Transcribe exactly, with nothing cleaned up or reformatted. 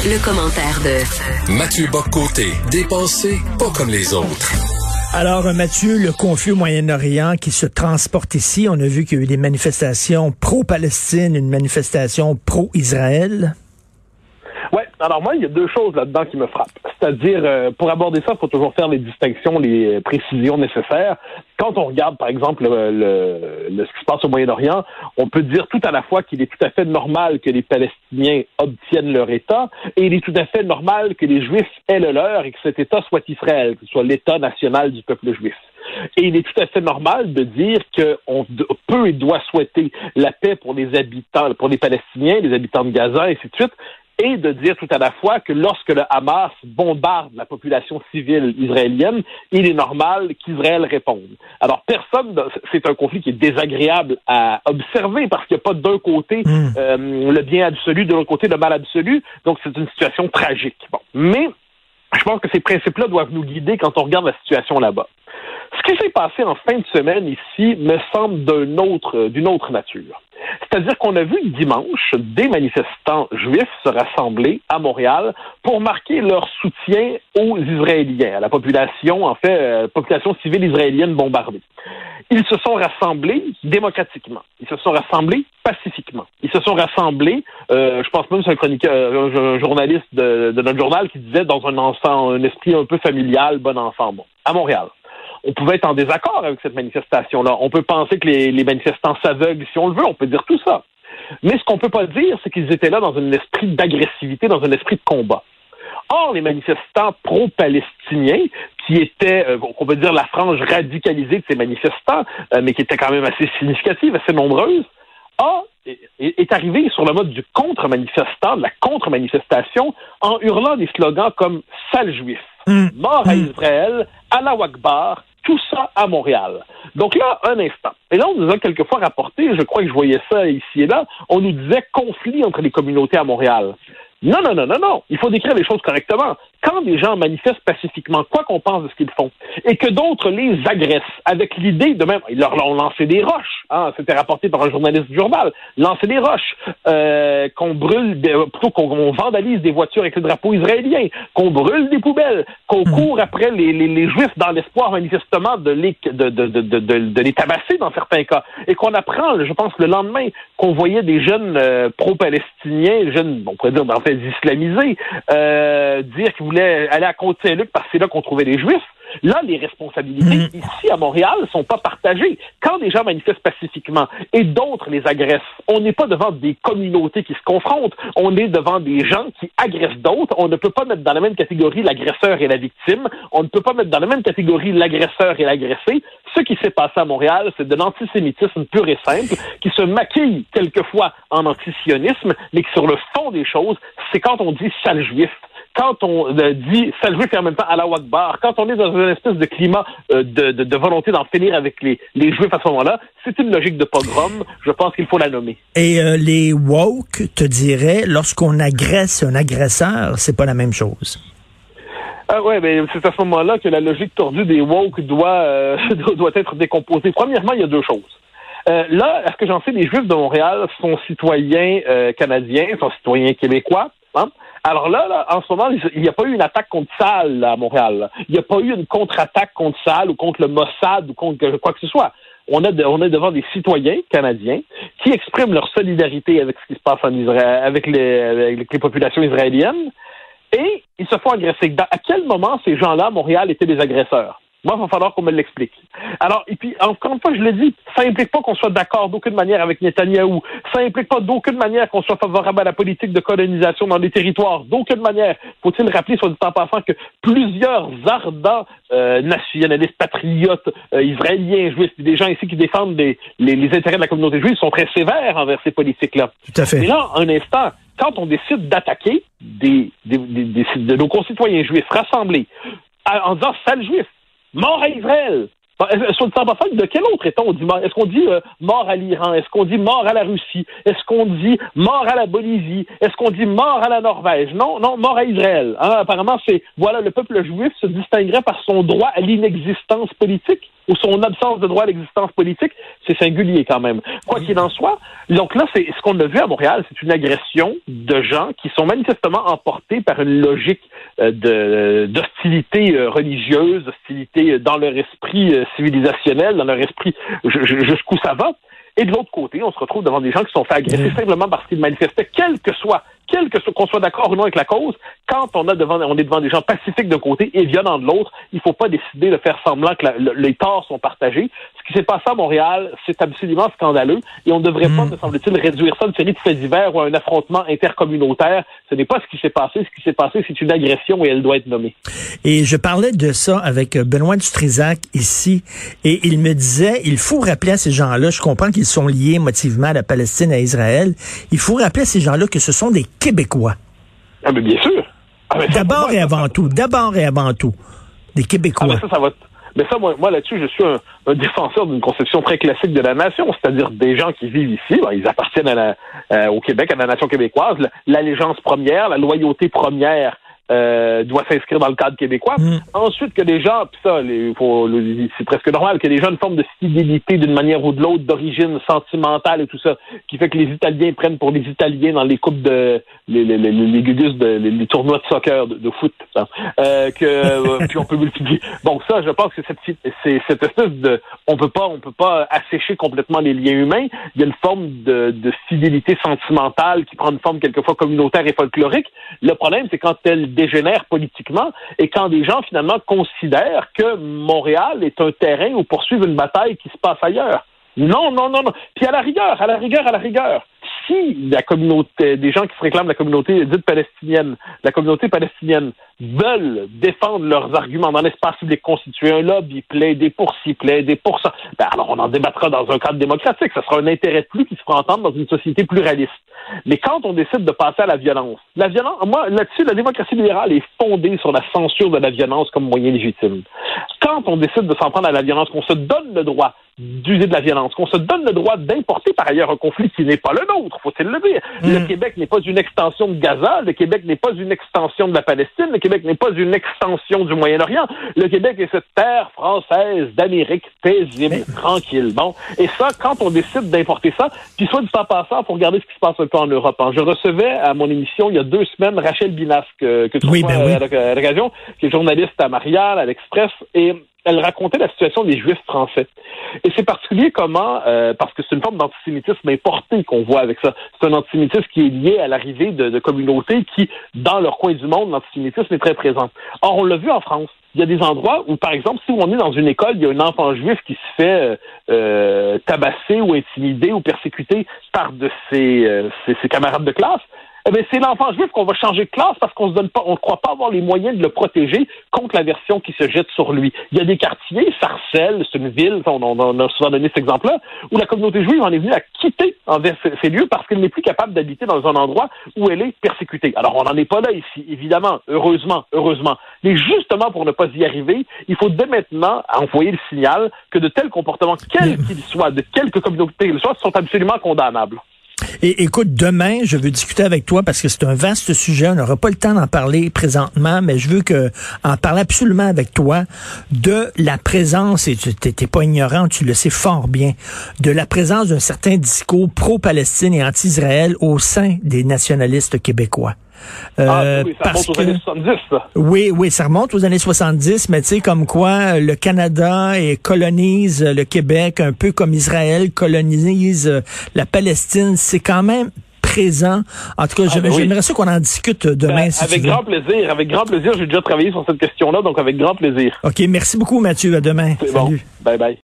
Le commentaire de Mathieu Bock-Côté, dépensé pas comme les autres. Alors, Mathieu, le conflit au Moyen-Orient qui se transporte ici, on a vu qu'il y a eu des manifestations pro-Palestine, une manifestation pro-Israël. Ouais, alors moi, il y a deux choses là-dedans qui me frappent. C'est-à-dire, euh, pour aborder ça, il faut toujours faire les distinctions, les précisions nécessaires. Quand on regarde, par exemple, le, le, le, ce qui se passe au Moyen-Orient, on peut dire tout à la fois qu'il est tout à fait normal que les Palestiniens obtiennent leur État, et il est tout à fait normal que les Juifs aient le leur et que cet État soit Israël, que ce soit l'État national du peuple juif. Et il est tout à fait normal de dire qu'on peut et doit souhaiter la paix pour les habitants, pour les Palestiniens, les habitants de Gaza, et ainsi de suite, et de dire tout à la fois que lorsque le Hamas bombarde la population civile israélienne, il est normal qu'Israël réponde. Alors, personne, c'est un conflit qui est désagréable à observer parce qu'il n'y a pas d'un côté mmh. euh, le bien absolu, de l'autre côté le mal absolu, donc c'est une situation tragique. Bon, mais je pense que ces principes-là doivent nous guider quand on regarde la situation là-bas. Ce qui s'est passé en fin de semaine ici me semble d'un autre, d'une autre nature. C'est-à-dire qu'on a vu dimanche des manifestants juifs se rassembler à Montréal pour marquer leur soutien aux Israéliens, à la population, en fait, euh, population civile israélienne bombardée. Ils se sont rassemblés démocratiquement. Ils se sont rassemblés pacifiquement. Ils se sont rassemblés, euh, je pense même que c'est un chroniqueur, un journaliste de, de notre journal qui disait dans un, enfant, un esprit un peu familial, bon enfant, bon, à Montréal. On pouvait être en désaccord avec cette manifestation-là. On peut penser que les, les manifestants s'aveuglent si on le veut, on peut dire tout ça. Mais ce qu'on peut pas dire, c'est qu'ils étaient là dans un esprit d'agressivité, dans un esprit de combat. Or, les manifestants pro-palestiniens, qui étaient, euh, qu'on peut dire la frange radicalisée de ces manifestants, euh, mais qui était quand même assez significative, assez nombreuse, a, est, est arrivé sur le mode du contre-manifestant, de la contre-manifestation, en hurlant des slogans comme « Sale juif mmh. »,« Mort à Israël »,« Allahu Akbar », tout ça à Montréal. Donc là, un instant. Et là, on nous a quelquefois rapporté, je crois que je voyais ça ici et là, on nous disait conflit entre les communautés à Montréal. Non, non, non, non, non. Il faut décrire les choses correctement. Quand des gens manifestent pacifiquement, quoi qu'on pense de ce qu'ils font, et que d'autres les agressent, avec l'idée de même, ils leur ont lancé des roches, hein, c'était rapporté par un journaliste du journal, lancer des roches, euh, qu'on brûle, des, plutôt qu'on vandalise des voitures avec le drapeau israélien, qu'on brûle des poubelles, qu'on court après les, les, les Juifs dans l'espoir manifestement de les, de, de, de, de, de, de les tabasser dans certains cas, et qu'on apprend, je pense, le lendemain, qu'on voyait des jeunes euh, pro-palestiniens, jeunes, on pourrait dire, en fait, islamisés, euh, dire qu'ils voulaient aller à Côte-Saint-Luc parce que c'est là qu'on trouvait les Juifs. Là, les responsabilités, mmh. ici, à Montréal, sont pas partagées. Quand des gens manifestent pacifiquement et d'autres les agressent, on n'est pas devant des communautés qui se confrontent, on est devant des gens qui agressent d'autres. On ne peut pas mettre dans la même catégorie l'agresseur et la victime. On ne peut pas mettre dans la même catégorie l'agresseur et l'agressé. Ce qui s'est passé à Montréal, c'est de l'antisémitisme pur et simple, qui se maquille quelquefois en antisionisme, mais qui, sur le fond des choses, c'est quand on dit « sale juif ». Quand on euh, dit « sale juif » et en même temps « Allahu Akbar », quand on est dans une espèce de climat euh, de, de, de volonté d'en finir avec les, les juifs à ce moment-là, c'est une logique de pogrom. Je pense qu'il faut la nommer. Et euh, les woke te diraient, lorsqu'on agresse un agresseur, c'est pas la même chose. Ah ouais, mais c'est à ce moment-là que la logique tordue des woke doit, euh, doit être décomposée. Premièrement, il y a deux choses. Euh, là, à ce que j'en sais, les Juifs de Montréal sont citoyens euh, canadiens, sont citoyens québécois. Hein? Alors là, là, en ce moment, il n'y a pas eu une attaque contre Tsahal là, à Montréal. Là. Il n'y a pas eu une contre-attaque contre Tsahal ou contre le Mossad ou contre quoi que ce soit. On, a de, on est devant des citoyens canadiens qui expriment leur solidarité avec ce qui se passe en Israël, avec les, avec les populations israéliennes, et ils se font agresser. À quel moment ces gens-là, à Montréal, étaient des agresseurs? Moi, il va falloir qu'on me l'explique. Alors, et puis, encore une fois, je le dis, ça implique pas qu'on soit d'accord d'aucune manière avec Netanyahou. Ça implique pas d'aucune manière qu'on soit favorable à la politique de colonisation dans les territoires. D'aucune manière. Faut-il rappeler, soit dit en passant, que plusieurs ardents euh, nationalistes, patriotes, euh, israéliens, juifs, des gens ici qui défendent les, les, les intérêts de la communauté juive sont très sévères envers ces politiques-là. Tout à fait. Et là, un instant, quand on décide d'attaquer des, des, des, des, de nos concitoyens juifs rassemblés en disant « sale juif », mort à Israël, Sur le temps passant, de quel autre État on dit mort? Est-ce qu'on dit euh, mort à l'Iran? Est-ce qu'on dit mort à la Russie? Est-ce qu'on dit mort à la Bolivie? Est-ce qu'on dit mort à la Norvège? Non, non, mort à Israël. Hein? Apparemment, c'est voilà, le peuple juif se distinguerait par son droit à l'inexistence politique ou son absence de droit à l'existence politique. C'est singulier quand même. Quoi qu'il en soit, donc là, c'est ce qu'on a vu à Montréal, c'est une agression de gens qui sont manifestement emportés par une logique euh, de d'hostilité euh, religieuse, d'hostilité dans leur esprit euh, civilisationnel, dans leur esprit jusqu'où ça va. Et de l'autre côté, on se retrouve devant des gens qui sont fait agresser mmh. simplement parce qu'ils manifestaient, quel que soit, quel que soit, qu'on soit d'accord ou non avec la cause, quand on a devant, on est devant des gens pacifiques d'un côté et violents de l'autre, il faut pas décider de faire semblant que la, le, les torts sont partagés. Ce qui s'est passé à Montréal, c'est absolument scandaleux et on ne devrait mmh. pas, me semble-t-il, réduire ça à une série de faits divers ou à un affrontement intercommunautaire. Ce n'est pas ce qui s'est passé. Ce qui s'est passé, c'est une agression et elle doit être nommée. Et je parlais de ça avec Benoît Dutrisac ici et il me disait, il faut rappeler à ces gens-là, je comprends qu'ils sont liés émotivement à la Palestine, à Israël, il faut rappeler à ces gens-là que ce sont des Québécois. Ah, mais bien sûr. Ah, mais d'abord et avant tout, d'abord et avant tout, des Québécois. Ah, mais ça, ça va. Mais ça, moi, moi là-dessus, je suis un, un défenseur d'une conception très classique de la nation, c'est-à-dire des gens qui vivent ici, ben, ils appartiennent à la, euh, au Québec, à la nation québécoise. L'allégeance première, la loyauté première Euh, doit s'inscrire dans le cadre québécois. Mmh. Ensuite, que des gens, puis ça, les, faut, le, c'est presque normal, que des gens ont une forme de fidélité d'une manière ou de l'autre, d'origine sentimentale et tout ça, qui fait que les Italiens prennent pour les Italiens dans les coupes de, les, les, les, les gugus de, les, les tournois de soccer, de, de foot, hein. euh, que, euh, puis on peut multiplier. Bon, ça, je pense que cette, c'est cette espèce de, on peut pas, on peut pas assécher complètement les liens humains. Il y a une forme de, de fidélité sentimentale qui prend une forme quelquefois communautaire et folklorique. Le problème, c'est quand elle dégénère politiquement et quand des gens finalement considèrent que Montréal est un terrain où poursuivre une bataille qui se passe ailleurs. Non, non, non, non. Puis à la rigueur, à la rigueur, à la rigueur, si la communauté, des gens qui se réclament la communauté dite palestinienne, la communauté palestinienne veulent défendre leurs arguments dans l'espace public, constituer un lobby, plaider pour ci, plaider pour ça, ben alors on en débattra dans un cadre démocratique. Ce sera un intérêt de plus qui se fera entendre dans une société pluraliste. Mais quand on décide de passer à la violence, la violence, moi, là-dessus, la démocratie libérale est fondée sur la censure de la violence comme moyen légitime. Quand on décide de s'en prendre à la violence, qu'on se donne le droit d'user de la violence, qu'on se donne le droit d'importer par ailleurs un conflit qui n'est pas le nôtre, faut-il le dire. Mmh. Le Québec n'est pas une extension de Gaza, le Québec n'est pas une extension de la Palestine, le Québec n'est pas une extension du Moyen-Orient. Le Québec est cette terre française d'Amérique paisible, mmh. tranquille. Bon, et ça, quand on décide d'importer ça, puis soit du temps passant, pour regarder ce qui se passe un peu en Europe. Hein. Je recevais à mon émission il y a deux semaines Rachel Binas, que, que tu oui, reçois ben oui. à l'occasion, qui est journaliste à Marial, à l'Express, et elle racontait la situation des Juifs français. Et c'est particulier comment, euh, parce que c'est une forme d'antisémitisme importé qu'on voit avec ça. C'est un antisémitisme qui est lié à l'arrivée de, de communautés qui, dans leur coin du monde, l'antisémitisme est très présent. Or, on l'a vu en France. Il y a des endroits où, par exemple, si on est dans une école, il y a un enfant juif qui se fait euh, tabasser ou intimider ou persécuter par de ses, euh, ses, ses camarades de classe. Eh bien, c'est l'enfant juif qu'on va changer de classe parce qu'on se donne pas, on ne croit pas avoir les moyens de le protéger contre la version qui se jette sur lui. Il y a des quartiers, Sarcelles, c'est une ville, on, on, on a souvent donné cet exemple-là, où la communauté juive en est venue à quitter envers ces, ces lieux parce qu'elle n'est plus capable d'habiter dans un endroit où elle est persécutée. Alors, on n'en est pas là ici, évidemment, heureusement, heureusement. Mais justement, pour ne pas y arriver, il faut dès maintenant envoyer le signal que de tels comportements, quels qu'ils soient, de quelque communauté qu'ils soient, sont absolument condamnables. Et écoute, demain, je veux discuter avec toi parce que c'est un vaste sujet. On n'aura pas le temps d'en parler présentement, mais je veux que en parler absolument avec toi de la présence, et tu n'es pas ignorant, tu le sais fort bien, de la présence d'un certain discours pro-Palestine et anti-Israël au sein des nationalistes québécois. Euh, ah oui, ça remonte aux années soixante-dix, ça. Oui, oui, ça remonte aux années soixante-dix, mais tu sais, comme quoi le Canada et colonise le Québec, un peu comme Israël colonise la Palestine, c'est quand même présent. En tout cas, ah, ben j'aimerais oui. ça qu'on en discute demain. Ben, si avec tu veux. grand plaisir, avec grand plaisir. J'ai déjà travaillé sur cette question-là, donc avec grand plaisir. OK, merci beaucoup, Mathieu. À demain. C'est Salut. Bon. Bye bye.